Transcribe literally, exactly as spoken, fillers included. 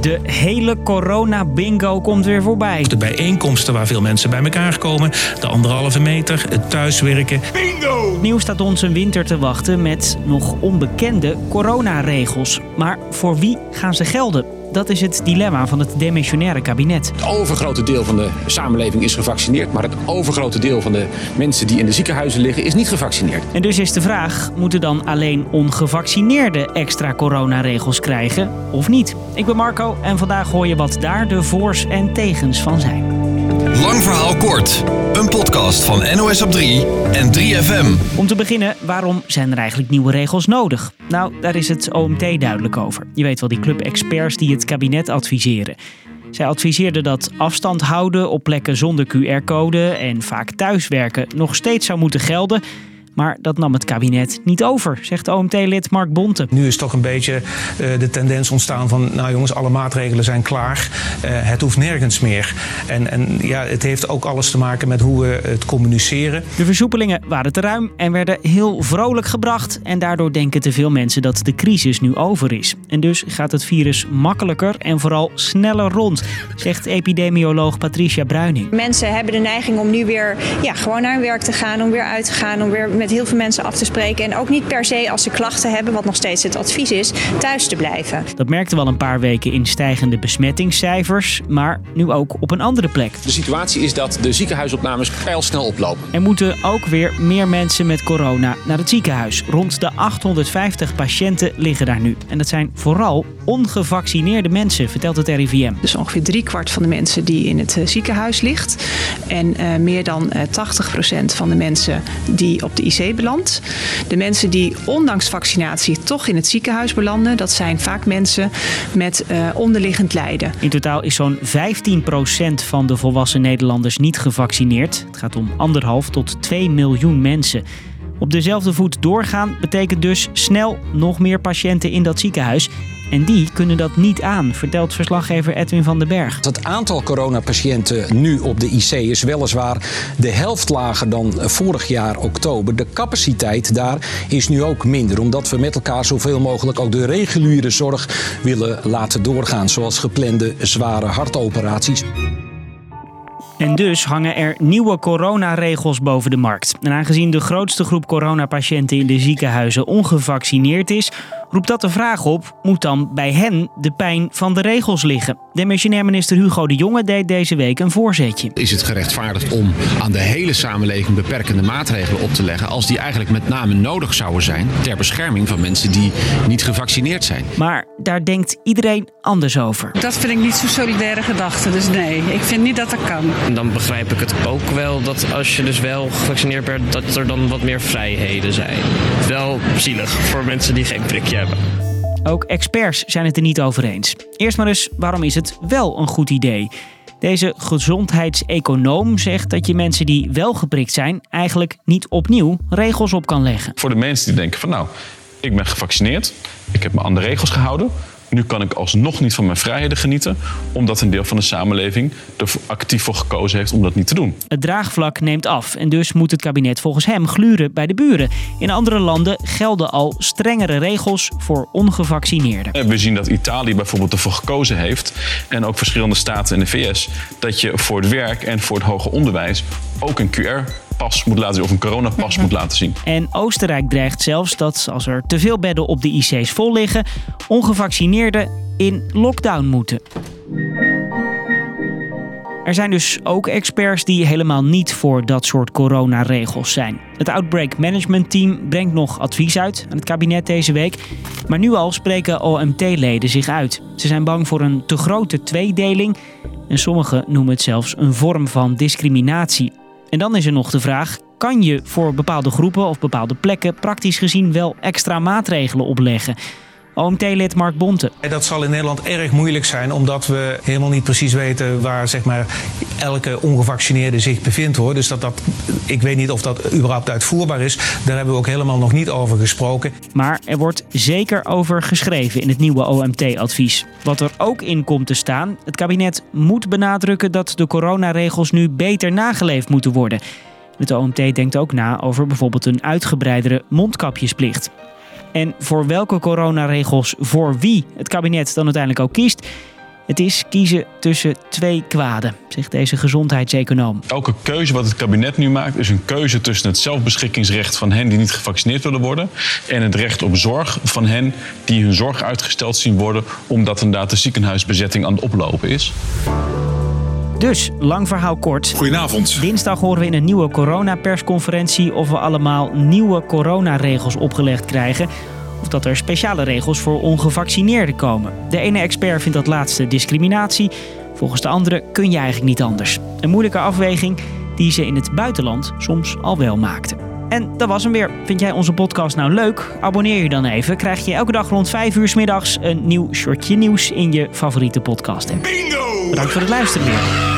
De hele corona-bingo komt weer voorbij. De bijeenkomsten waar veel mensen bij elkaar komen, de anderhalve meter, het thuiswerken. Bingo! Nieuw staat ons een winter te wachten met nog onbekende coronaregels. Maar voor wie gaan ze gelden? Dat is het dilemma van het demissionaire kabinet. Het overgrote deel van de samenleving is gevaccineerd, maar het overgrote deel van de mensen die in de ziekenhuizen liggen is niet gevaccineerd. En dus is de vraag, moeten dan alleen ongevaccineerden extra coronaregels krijgen of niet? Ik ben Marco en vandaag hoor je wat daar de voor's en tegens van zijn. Lang verhaal kort. Een podcast van N O S op drie en drie F M. Om te beginnen, waarom zijn er eigenlijk nieuwe regels nodig? Nou, daar is het O M T duidelijk over. Je weet wel, die club experts die het kabinet adviseren. Zij adviseerden dat afstand houden op plekken zonder Q R-code en vaak thuiswerken nog steeds zou moeten gelden. Maar dat nam het kabinet niet over, zegt O M T-lid Mark Bonte. Nu is toch een beetje uh, de tendens ontstaan van, nou jongens, alle maatregelen zijn klaar. Uh, het hoeft nergens meer. En, en ja, het heeft ook alles te maken met hoe we het communiceren. De versoepelingen waren te ruim en werden heel vrolijk gebracht. En daardoor denken te veel mensen dat de crisis nu over is. En dus gaat het virus makkelijker en vooral sneller rond, zegt epidemioloog Patricia Bruining. Mensen hebben de neiging om nu weer ja, gewoon naar hun werk te gaan, om weer uit te gaan, om weer met heel veel mensen af te spreken. En ook niet per se als ze klachten hebben, wat nog steeds het advies is, thuis te blijven. Dat merkten we al een paar weken in stijgende besmettingscijfers, maar nu ook op een andere plek. De situatie is dat de ziekenhuisopnames pijlsnel oplopen. Er moeten ook weer meer mensen met corona naar het ziekenhuis. Rond de achthonderdvijftig patiënten liggen daar nu. En dat zijn vooral ongevaccineerde mensen, vertelt het R I V M. Dus ongeveer driekwart van de mensen die in het ziekenhuis ligt. En uh, meer dan uh, tachtig procent van de mensen die op de I C belandt. De mensen die ondanks vaccinatie toch in het ziekenhuis belanden, dat zijn vaak mensen met uh, onderliggend lijden. In totaal is zo'n vijftien procent van de volwassen Nederlanders niet gevaccineerd. Het gaat om anderhalf tot twee miljoen mensen. Op dezelfde voet doorgaan betekent dus snel nog meer patiënten in dat ziekenhuis. En die kunnen dat niet aan, vertelt verslaggever Edwin van den Berg. Het aantal coronapatiënten nu op de I C is weliswaar de helft lager dan vorig jaar oktober. De capaciteit daar is nu ook minder, omdat we met elkaar zoveel mogelijk ook de reguliere zorg willen laten doorgaan, zoals geplande zware hartoperaties. En dus hangen er nieuwe coronaregels boven de markt. En aangezien de grootste groep coronapatiënten in de ziekenhuizen ongevaccineerd is, roept dat de vraag op, moet dan bij hen de pijn van de regels liggen? Demissionair minister Hugo de Jonge deed deze week een voorzetje. Is het gerechtvaardigd om aan de hele samenleving beperkende maatregelen op te leggen als die eigenlijk met name nodig zouden zijn ter bescherming van mensen die niet gevaccineerd zijn? Maar daar denkt iedereen anders over. Dat vind ik niet zo'n solidaire gedachte, dus nee, ik vind niet dat dat kan. En dan begrijp ik het ook wel dat als je dus wel gevaccineerd bent, dat er dan wat meer vrijheden zijn. Wel zielig voor mensen die geen prikje hebben. Ook experts zijn het er niet over eens. Eerst maar eens, waarom is het wel een goed idee? Deze gezondheidseconoom zegt dat je mensen die wel geprikt zijn eigenlijk niet opnieuw regels op kan leggen. Voor de mensen die denken van nou, ik ben gevaccineerd, ik heb me aan de regels gehouden. Nu kan ik alsnog niet van mijn vrijheden genieten, omdat een deel van de samenleving er actief voor gekozen heeft om dat niet te doen. Het draagvlak neemt af en dus moet het kabinet volgens hem gluren bij de buren. In andere landen gelden al strengere regels voor ongevaccineerden. We zien dat Italië bijvoorbeeld ervoor gekozen heeft, en ook verschillende staten in de V S, dat je voor het werk en voor het hoger onderwijs ook een Q R pas moet laten zien of een coronapas moet laten zien. En Oostenrijk dreigt zelfs dat als er te veel bedden op de I C's vol liggen, ongevaccineerden in lockdown moeten. Er zijn dus ook experts die helemaal niet voor dat soort coronaregels zijn. Het Outbreak Management Team brengt nog advies uit aan het kabinet deze week. Maar nu al spreken O M T-leden zich uit. Ze zijn bang voor een te grote tweedeling en sommigen noemen het zelfs een vorm van discriminatie. En dan is er nog de vraag, kan je voor bepaalde groepen of bepaalde plekken praktisch gezien wel extra maatregelen opleggen? O M T-lid Mark Bonte. Dat zal in Nederland erg moeilijk zijn, omdat we helemaal niet precies weten waar zeg maar, elke ongevaccineerde zich bevindt. Hoor. Dus dat, dat, ik weet niet of dat überhaupt uitvoerbaar is. Daar hebben we ook helemaal nog niet over gesproken. Maar er wordt zeker over geschreven in het nieuwe O M T-advies. Wat er ook in komt te staan, het kabinet moet benadrukken dat de coronaregels nu beter nageleefd moeten worden. Het O M T denkt ook na over bijvoorbeeld een uitgebreidere mondkapjesplicht. En voor welke coronaregels voor wie het kabinet dan uiteindelijk ook kiest, Het is kiezen tussen twee kwaden, zegt deze gezondheidseconoom. Elke keuze wat het kabinet nu maakt is een keuze tussen het zelfbeschikkingsrecht van hen die niet gevaccineerd willen worden en het recht op zorg van hen die hun zorg uitgesteld zien worden omdat inderdaad de ziekenhuisbezetting aan het oplopen is. Dus, lang verhaal kort. Goedenavond. Dinsdag horen we in een nieuwe coronapersconferentie of we allemaal nieuwe coronaregels opgelegd krijgen. Of dat er speciale regels voor ongevaccineerden komen. De ene expert vindt dat laatste discriminatie. Volgens de andere kun je eigenlijk niet anders. Een moeilijke afweging die ze in het buitenland soms al wel maakten. En dat was hem weer. Vind jij onze podcast nou leuk? Abonneer je dan even. Krijg je elke dag rond vijf uur 's middags een nieuw shortje nieuws in je favoriete podcast app. Bingo! Bedankt voor het luisteren weer.